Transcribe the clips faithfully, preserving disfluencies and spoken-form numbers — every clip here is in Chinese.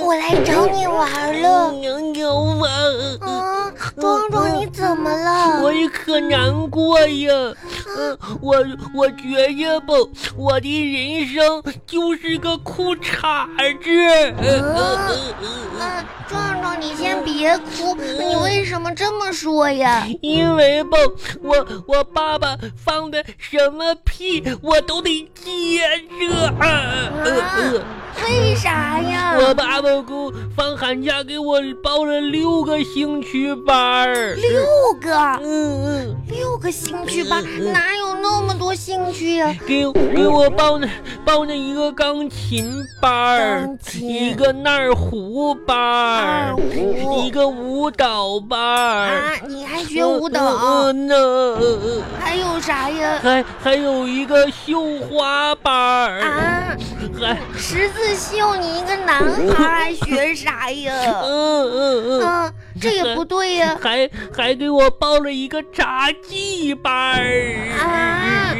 我来找你玩了。 有啊， 啊，壮壮，你怎么了？ 我也可难过呀。嗯、呃，我我觉着吧，我的人生就是个裤衩子。 嗯、啊啊，壮壮，你先别哭，你为什么这么说呀？ 因为吧，我我爸爸放的什么屁我都得接着。啊啊为啥呀？ 我爸爸给我放寒假给我报了六个兴趣班。 六个？ 嗯嗯， 六个兴趣班，嗯、哪有那么多兴趣呀？ 给给我报那报那一个钢琴班，一个二胡班， 二胡， 一个舞蹈班。 啊，你还学舞蹈？ 嗯呢、嗯。 还有啥呀？ 还还有一个绣花班。 啊， 还十字绣，你一个男孩还学啥呀？ 嗯嗯嗯， 啊，这也不对呀。 还还给我报了一个杂技班。 啊，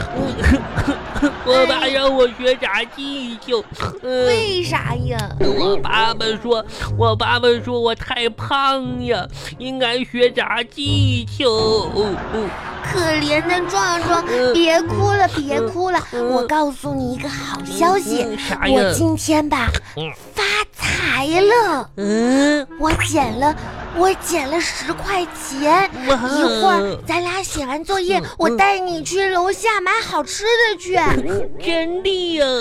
我爸让我学杂技去。 嗯、为啥呀？ 我爸爸说，我爸爸说我太胖呀，应该学杂技去。 可怜的壮壮，别哭了，别哭了！我告诉你一个好消息， 啥呀？ 我今天吧发财了。 嗯， 我捡了，我捡了十块钱。一会儿咱俩写完作业，我带你去楼下买好吃的去。 真的呀？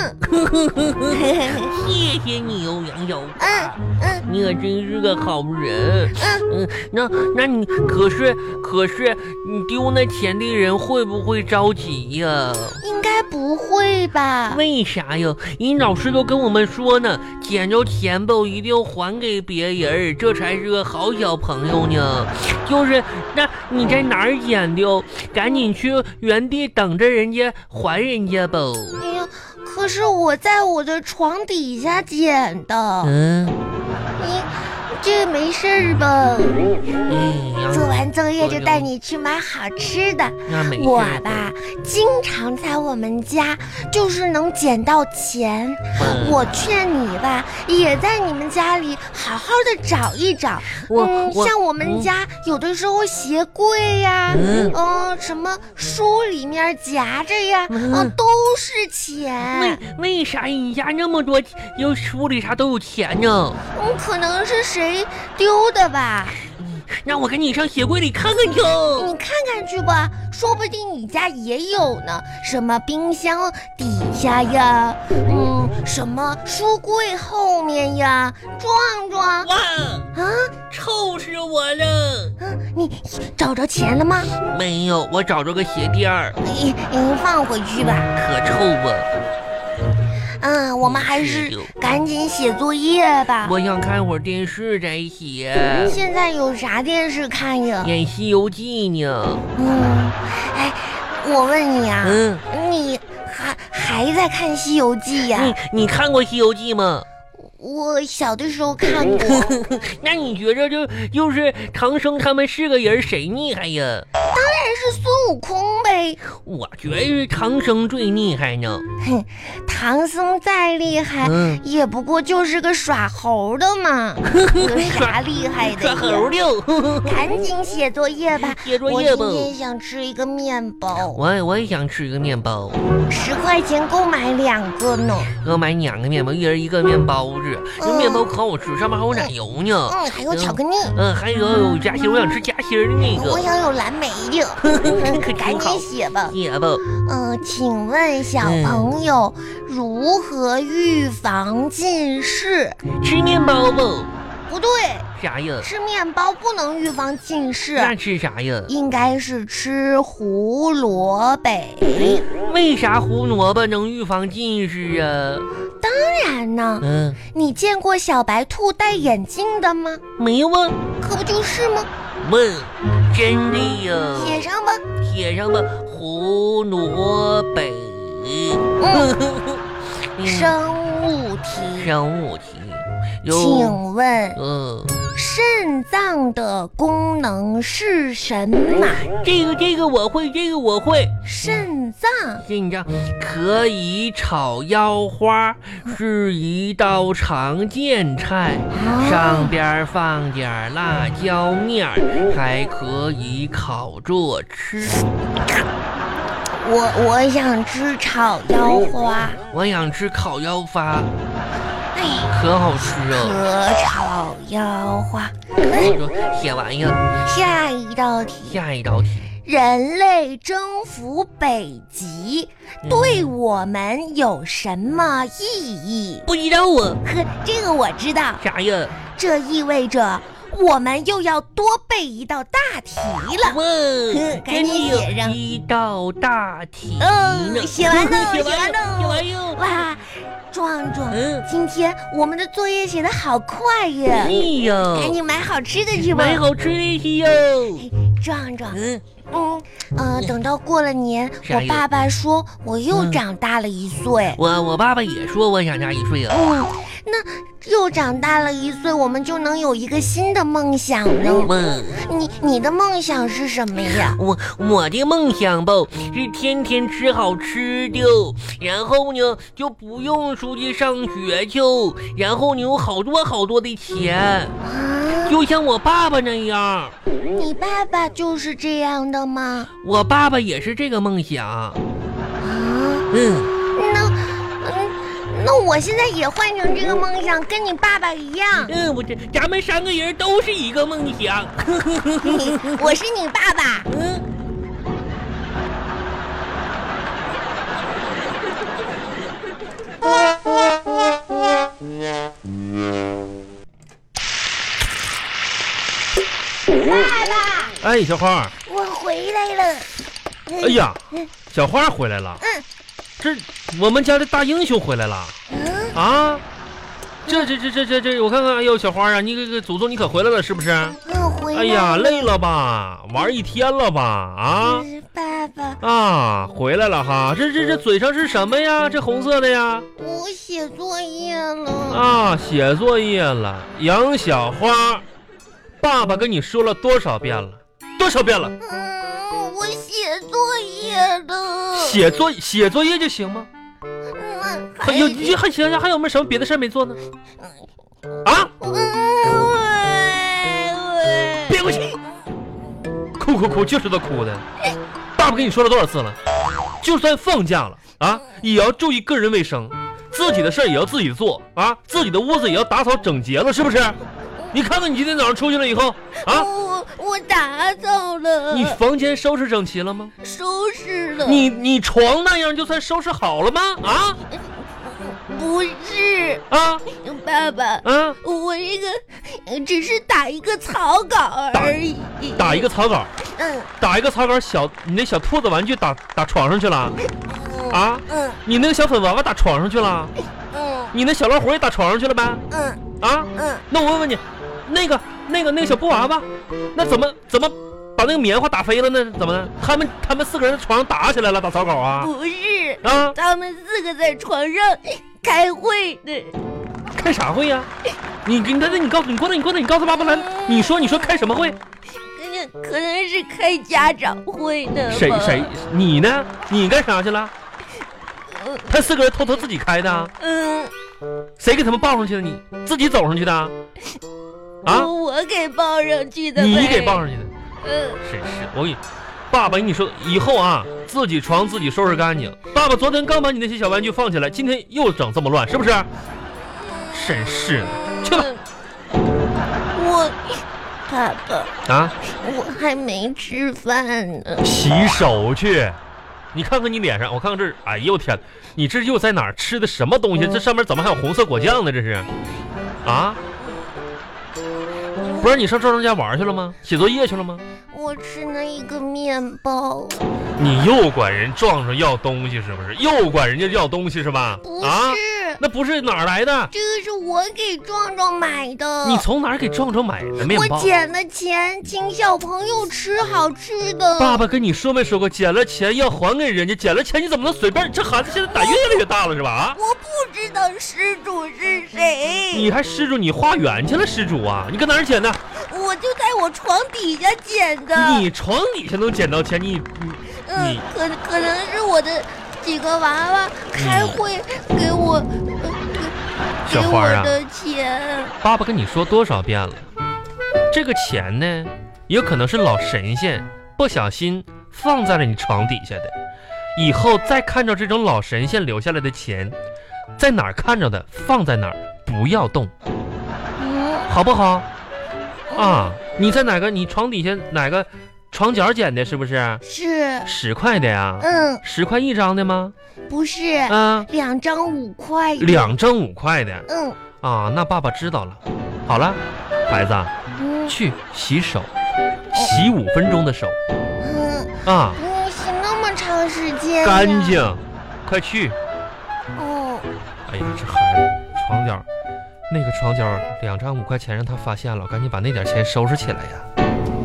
嗯， 谢谢你哦，杨小花。 嗯嗯， 你可真是个好人。嗯嗯，那那你可是可是你丢那钱的人会不会着急呀？ 应该不会吧？ 为啥呀？人老师都跟我们说呢，捡着钱吧一定要还给别人，这才是个好小朋友呢。就是那你在哪儿捡的？赶紧去原地等着人家还人家吧。 哎呀，可是我在我的床底下捡的。 嗯， 你这没事吧？ 嗯， 做完作业就带你去买好吃的。我吧，经常在我们家就是能捡到钱。嗯、我劝你吧，也在你们家里好好的找一找。 我嗯， 我像我们家、嗯、有的时候鞋柜呀，嗯、呃，什么书里面夹着呀，嗯、呃，都是钱。 为为啥你家那么多，有书里啥都有钱呢？ 嗯，可能是谁丢的吧。 那我赶紧上鞋柜里看看去。 你看看去吧，说不定你家也有呢。什么冰箱底下呀，嗯，什么书柜后面呀。壮壮， 哇啊， 臭死我了！ 啊，你找着钱了吗？ 没有，我找着个鞋垫儿。 你你放回去吧。 可臭啊！ 嗯，我们还是赶紧写作业吧。 我想看会儿电视再写。 现在有啥电视看呀？ 演《西游记》呢。 嗯，哎，我问你啊， 嗯， 你还还在看《西游记》呀？ 你你看过《西游记》吗？ 我小的时候看过。 那你觉着就就是唐僧他们四个人谁厉害呀？ 当然是孙悟空呗。 我觉得唐僧最厉害呢。 哼，唐僧再厉害，嗯、也不过就是个耍猴的嘛，有啥厉害的呀？ 耍猴的。 赶紧写作业吧。 写作业吧。 我今天想吃一个面包。 我也我也想吃一个面包。 十块钱够买两个呢。 够买两个面包，一人一个面包子。这面包可好吃，上面还有奶油呢。 嗯，还有巧克力。 嗯，还有有夹心，我想吃夹心的那个。 我想有蓝莓的。赶紧写吧。 写吧。 嗯、呃，请问小朋友、嗯、如何预防近视？ 吃面包吧。 不对。 啥呀？ 吃面包不能预防近视。 那吃啥呀？ 应该是吃胡萝卜。 为啥胡萝卜能预防近视啊？ 当然呢。 嗯， 你见过小白兔戴眼镜的吗？ 没有啊。 可不就是吗？ 问，真的呀？ 写上吧。 写上吧。胡萝卜。 嗯，生物题。 生物题。 请问， 嗯， 肾脏的功能是什么？ 这个这个我会，这个我会。 肾脏， 肾脏可以炒腰花，是一道常见菜， 啊上边放点辣椒面，还可以烤着吃。 我我想吃炒腰花， 我想吃烤腰花， 哎， 可好吃哦。 可炒腰花。 你说写完呀， 下一道题， 下一道题。 人类征服北极对我们有什么意义？ 不知道啊， 呵，这个我知道， 啥呀？ 这意味着我们又要多背一道大题了。 哇， 赶紧写上一道大题嗯， 呢。 写完了， 写写完了， 写完哟。 哇，壮壮， 嗯， 今天我们的作业写得好快呀！ 哎呦， 赶紧买好吃的去吧。 买好吃的去哟。 壮壮， 嗯嗯呃，等到过了年， 啥呀我爸爸说我又长大了一岁。 我我爸爸也说我长大一岁啊。 嗯，那又长大了一岁，我们就能有一个新的梦想呢。 嗯， 你你的梦想是什么呀？ 我我的梦想吧是天天吃好吃的，然后呢就不用出去上学去，然后呢有好多好多的钱， 啊， 就像我爸爸那样。 你爸爸就是这样的吗？ 我爸爸也是这个梦想。 啊， 嗯， 那嗯，那我现在也换成这个梦想，跟你爸爸一样。 嗯，我这咱们三个人都是一个梦想。 我是你爸爸。 嗯， 爸爸， 哎，小花， 我回来了。 哎呀，小花回来了。 嗯， 这我们家的大英雄回来了嗯， 啊！这这这这这这，我看看，哎呦，小花啊，你这个祖宗你可回来了是不是？ 我回来了。 哎呀，累了吧？玩一天了吧？啊嗯爸爸， 啊，回来了哈！这这这嘴上是什么呀？这红色的呀？ 我写作业了。 啊，写作业了。杨小花，爸爸跟你说了多少遍了？多少遍了？ 嗯，我写作业了。 写作写作业就行吗？ 嗯， 还有你还想想还有没有什么别的事儿没做呢？啊！ 嗯，我别过去，哭哭哭，就知道哭的。爸爸跟你说了多少次了？就算放假了啊，也要注意个人卫生，自己的事儿也要自己做啊，自己的屋子也要打扫整洁了，是不是？你看看你今天早上出去了以后啊， 我我打扫了。 你房间收拾整齐了吗？ 收拾了。 你你床那样就算收拾好了吗？啊不是， 啊爸爸， 啊！ 我这个呃只是打一个草稿而已。 打一个草稿， 嗯打一个草稿，小你那小兔子玩具打打床上去了啊？ 嗯你那个小粉娃娃打床上去了？ 嗯你那小老虎也打床上去了呗？ 嗯啊？ 嗯， 那我问问你，那个那个那个小布娃娃，那怎么怎么把那个棉花打飞了呢？怎么的？他们他们四个人在床上打起来了，打草稿啊？ 不是， 啊？ 他们四个在床上开会呢。 开啥会呀、你你那那你告诉你过来你过来你告诉爸爸来，你说你说开什么会？ 可能可能是开家长会呢吧。 谁谁你呢？你干啥去了？他四个人偷偷自己开的啊？ 嗯， 谁给他们抱上去的？你自己走上去的啊？啊？ 我我给抱上去的呗。 你给抱上去的？ 嗯， 真是，我跟你，爸爸跟你说，以后啊，自己床自己收拾干净。爸爸昨天刚把你那些小玩具放起来，今天又整这么乱，是不是？真是的，去吧。 我爸爸， 啊， 我还没吃饭呢。 洗手去。你看看你脸上，我看看这儿，哎呦天，你这又在哪儿吃的什么东西？这上面怎么还有红色果酱呢？这是，啊？不是你上赵正家玩去了吗？写作业去了吗？ 我吃那一个面包。 你又管人壮壮要东西是不是？又管人家要东西是吧？ 不啊？ 是， 那不是哪儿来的？ 这个是我给壮壮买的。 你从哪儿给壮壮买的面包？ 我捡了钱，请小朋友吃好吃的。 爸爸跟你说没说过，捡了钱要还给人家？捡了钱你怎么能随便？这孩子现在胆越来越大了是吧？啊！ 我不知道失主是谁。 你还失主？你花园去了失主啊？你搁哪儿捡的？ 我就在我床底下捡的。 你床底下能捡到钱？你你嗯， 你可可能是我的几个娃娃开会给我、呃、给小花啊给我的钱。 爸爸跟你说多少遍了，这个钱呢，有可能是老神仙不小心放在了你床底下的。以后再看着这种老神仙留下来的钱，在哪儿看着的，放在哪儿，不要动， 嗯， 好不好？啊，你在哪个？你床底下哪个床角捡的？是不是？ 是。 十块的呀？ 嗯， 十块一张的吗？ 不是。 啊， 两张五块的。 两张五块的。 嗯。 啊，那爸爸知道了。好了，孩子， 嗯， 去洗手，洗五分钟的手。 嗯啊， 你洗那么长时间呀？ 干净，快去。 哦。 哎呀，这孩子床角那个床角两张五块钱让他发现了，赶紧把那点钱收拾起来呀。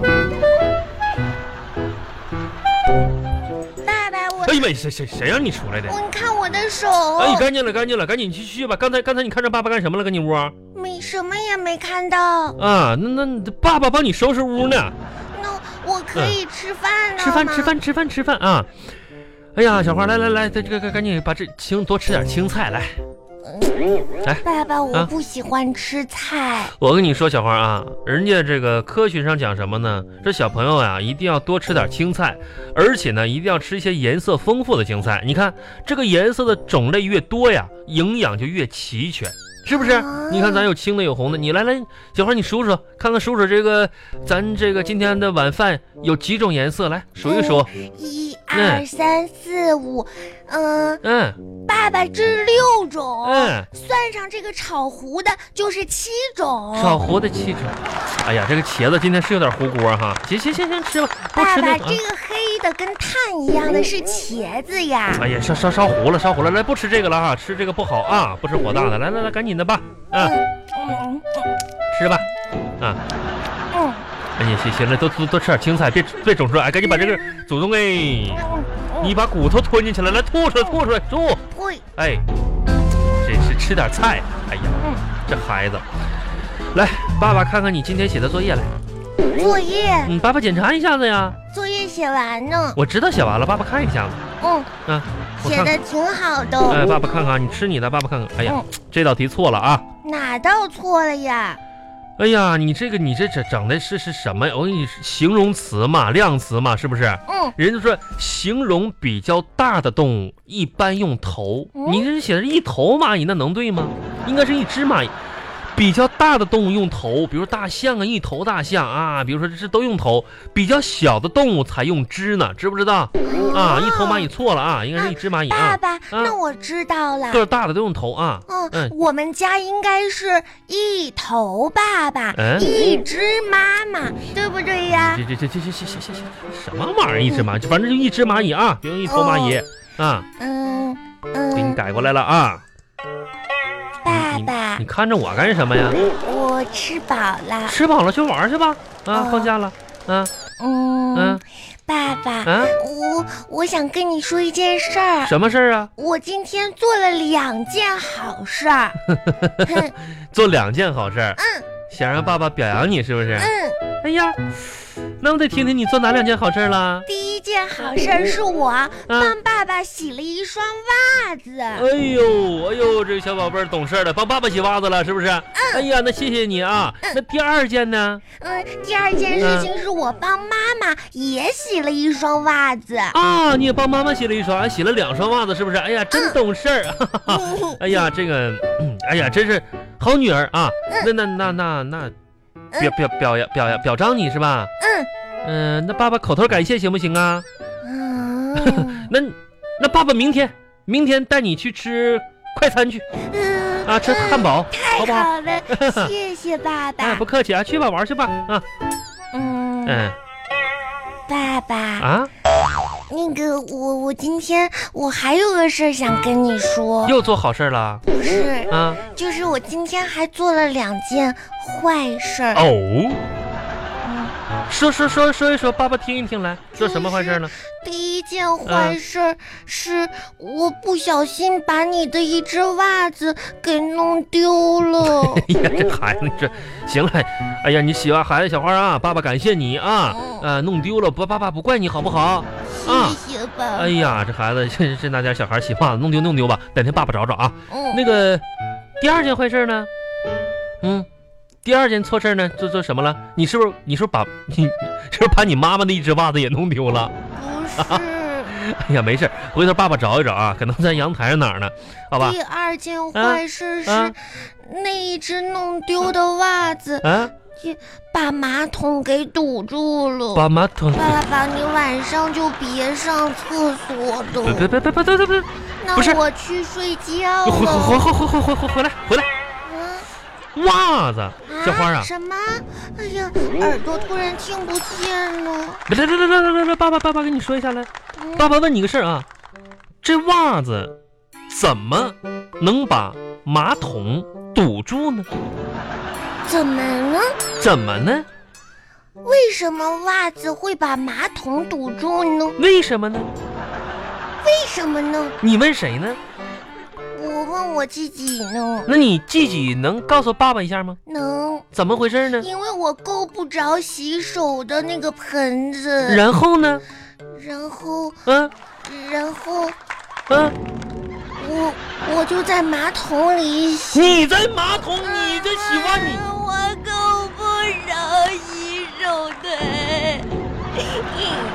爸爸，我哎呀妈，谁谁谁让你出来的？ 我你看我的手。 哎，干净了，干净了，赶紧去去吧。刚才刚才你看着爸爸干什么了？搁你屋？ 没什么也没看到。 啊，那那爸爸帮你收拾屋呢。 那我可以吃饭了吗？ 吃饭吃饭吃饭吃饭啊！哎呀，小花，来来来，这个赶紧把这青多吃点青菜来。来， 爸爸，我啊不喜欢吃菜。 我跟你说，小花啊，人家这个科学上讲什么呢？这小朋友呀、啊，一定要多吃点青菜，而且呢，一定要吃一些颜色丰富的青菜。你看，这个颜色的种类越多呀，营养就越齐全。是不是？ 啊、 你看咱有青的有红的，你来来，小花你数数，看看数数这个咱这个今天的晚饭有几种颜色，来数一数。 一二三四五，嗯嗯， 爸爸这六种， 嗯， 算上这个炒糊的，就是七种。 炒糊的七种。哎呀，这个茄子今天是有点糊锅哈。行行行行，吃吧。 爸爸， 那这个黑的跟碳一样的是茄子呀。 哎呀，烧烧烧糊了，烧糊了，来不吃这个了哈，吃这个不好啊，不吃火大的。来来来，赶紧的吧，啊， 嗯嗯、 吃吧，啊， 嗯， 哎呀，行行了，多多多吃点青菜，别别总说，哎，赶紧把这个祖宗哎，你把骨头吞进去了，来吐出来，吐出来，吐， 会， 哎，真是吃点菜，哎呀，这孩子，来，爸爸看看你今天写的作业来。 作业， 嗯，爸爸检查一下子呀。 作业写完呢。 我知道写完了，爸爸看一下子。 嗯， 啊， 写的挺好的。 哎，爸爸看看，你吃你的，爸爸看看。哎呀，嗯、这道题错了啊。 哪道错了呀？ 哎呀，你这个你这整整的是是什么？我跟你形容词嘛，量词嘛，是不是？ 嗯。 人家说形容比较大的动物一般用头，嗯、你这写的是一头蚂蚁，那能对吗？应该是一只蚂蚁。比较大的动物用头，比如大象啊，一头大象啊，比如说这都用头。比较小的动物才用只呢，知不知道？哦、啊，一头蚂蚁错了啊，应该是一只蚂蚁啊。 爸爸，啊、那我知道了。 个儿大的都用头啊。 嗯嗯，我们家应该是一头爸爸，嗯、一只妈妈，对不对呀？ 这这这这这这这这什么玩意儿？一只蚂蚁，反正就一只蚂蚁啊，别用一头蚂蚁、哦、啊。 嗯嗯， 给你改过来了啊。 爸爸， 你看着我干什么呀？ 我吃饱了。 吃饱了去玩去吧。啊，哦、放假了。啊， 嗯嗯， 爸爸， 啊， 我我想跟你说一件事儿。 什么事儿啊？ 我今天做了两件好事儿。 做两件好事儿。 嗯， 想让爸爸表扬你是不是？ 嗯。 哎呀，那我得听听你做哪两件好事了。 第一件好事是我帮爸爸洗了一双袜子。 哎呦哎呦，这个小宝贝儿懂事了，帮爸爸洗袜子了是不是？ 嗯。 哎呀，那谢谢你啊。 嗯、 那第二件呢？ 嗯，第二件事情是我帮妈妈也洗了一双袜子。 啊，你也帮妈妈洗了一双，洗了两双袜子是不是？哎呀，真懂事儿。嗯、哎呀，这个，哎呀，真是好女儿啊。嗯、那那那那那。表表表扬表扬表彰你是吧？ 嗯嗯、呃，那爸爸口头感谢行不行啊？ 嗯， 那那爸爸明天明天带你去吃快餐去， 嗯啊，吃汉堡， 太好不好？ 好了，谢谢爸爸。 哎，不客气啊，去吧，玩去吧，啊， 嗯嗯， 爸爸啊， 那个我我今天我还有个事儿想跟你说。 又做好事了？ 不是， 啊， 就是我今天还做了两件坏事儿。 哦，说说说说一说，爸爸听一听来。做什么坏事呢？ 第一件坏事儿是我不小心把你的一只袜子给弄丢了。 哎呀，这孩子，你这行了。哎呀，你喜欢孩子小花啊，爸爸感谢你啊。呃，弄丢了不，爸爸不怪你好不好？ 啊，谢谢爸。 哎呀，这孩子这这那家小孩洗袜子弄丢弄丢吧，改天爸爸找找啊。 嗯， 那个第二件坏事呢？嗯。第二件错事呢，做做什么了？你是不是你是不是把你是不是把你妈妈的一只袜子也弄丢了？ 不是。 哎呀，没事，回头爸爸找一找啊，可能在阳台上哪儿呢？好吧。 第二件坏事是、 啊啊、 那一只弄丢的袜子啊，把马桶给堵住了。 把马桶。 爸爸，你晚上就别上厕所了。 别别别别别别别！ 那我去睡觉了。 回回回回回回回来回来。袜子，小花啊！ 什么？哎呀，耳朵突然听不见了。 来来来来来来来，爸爸爸爸跟你说一下来。嗯、爸爸问你个事儿啊，这袜子怎么能把马桶堵住呢？ 怎么呢？ 怎么呢？ 为什么袜子会把马桶堵住呢？ 为什么呢？ 为什么呢？ 你问谁呢？ 我问我自己呢。 那你自己能告诉爸爸一下吗？ 能。 怎么回事呢？ 因为我够不着洗手的那个盆子。 然后呢？ 然后， 嗯， 然后， 嗯， 我我就在马桶里洗。 你在马桶，你在洗袜，你我够不着洗手的。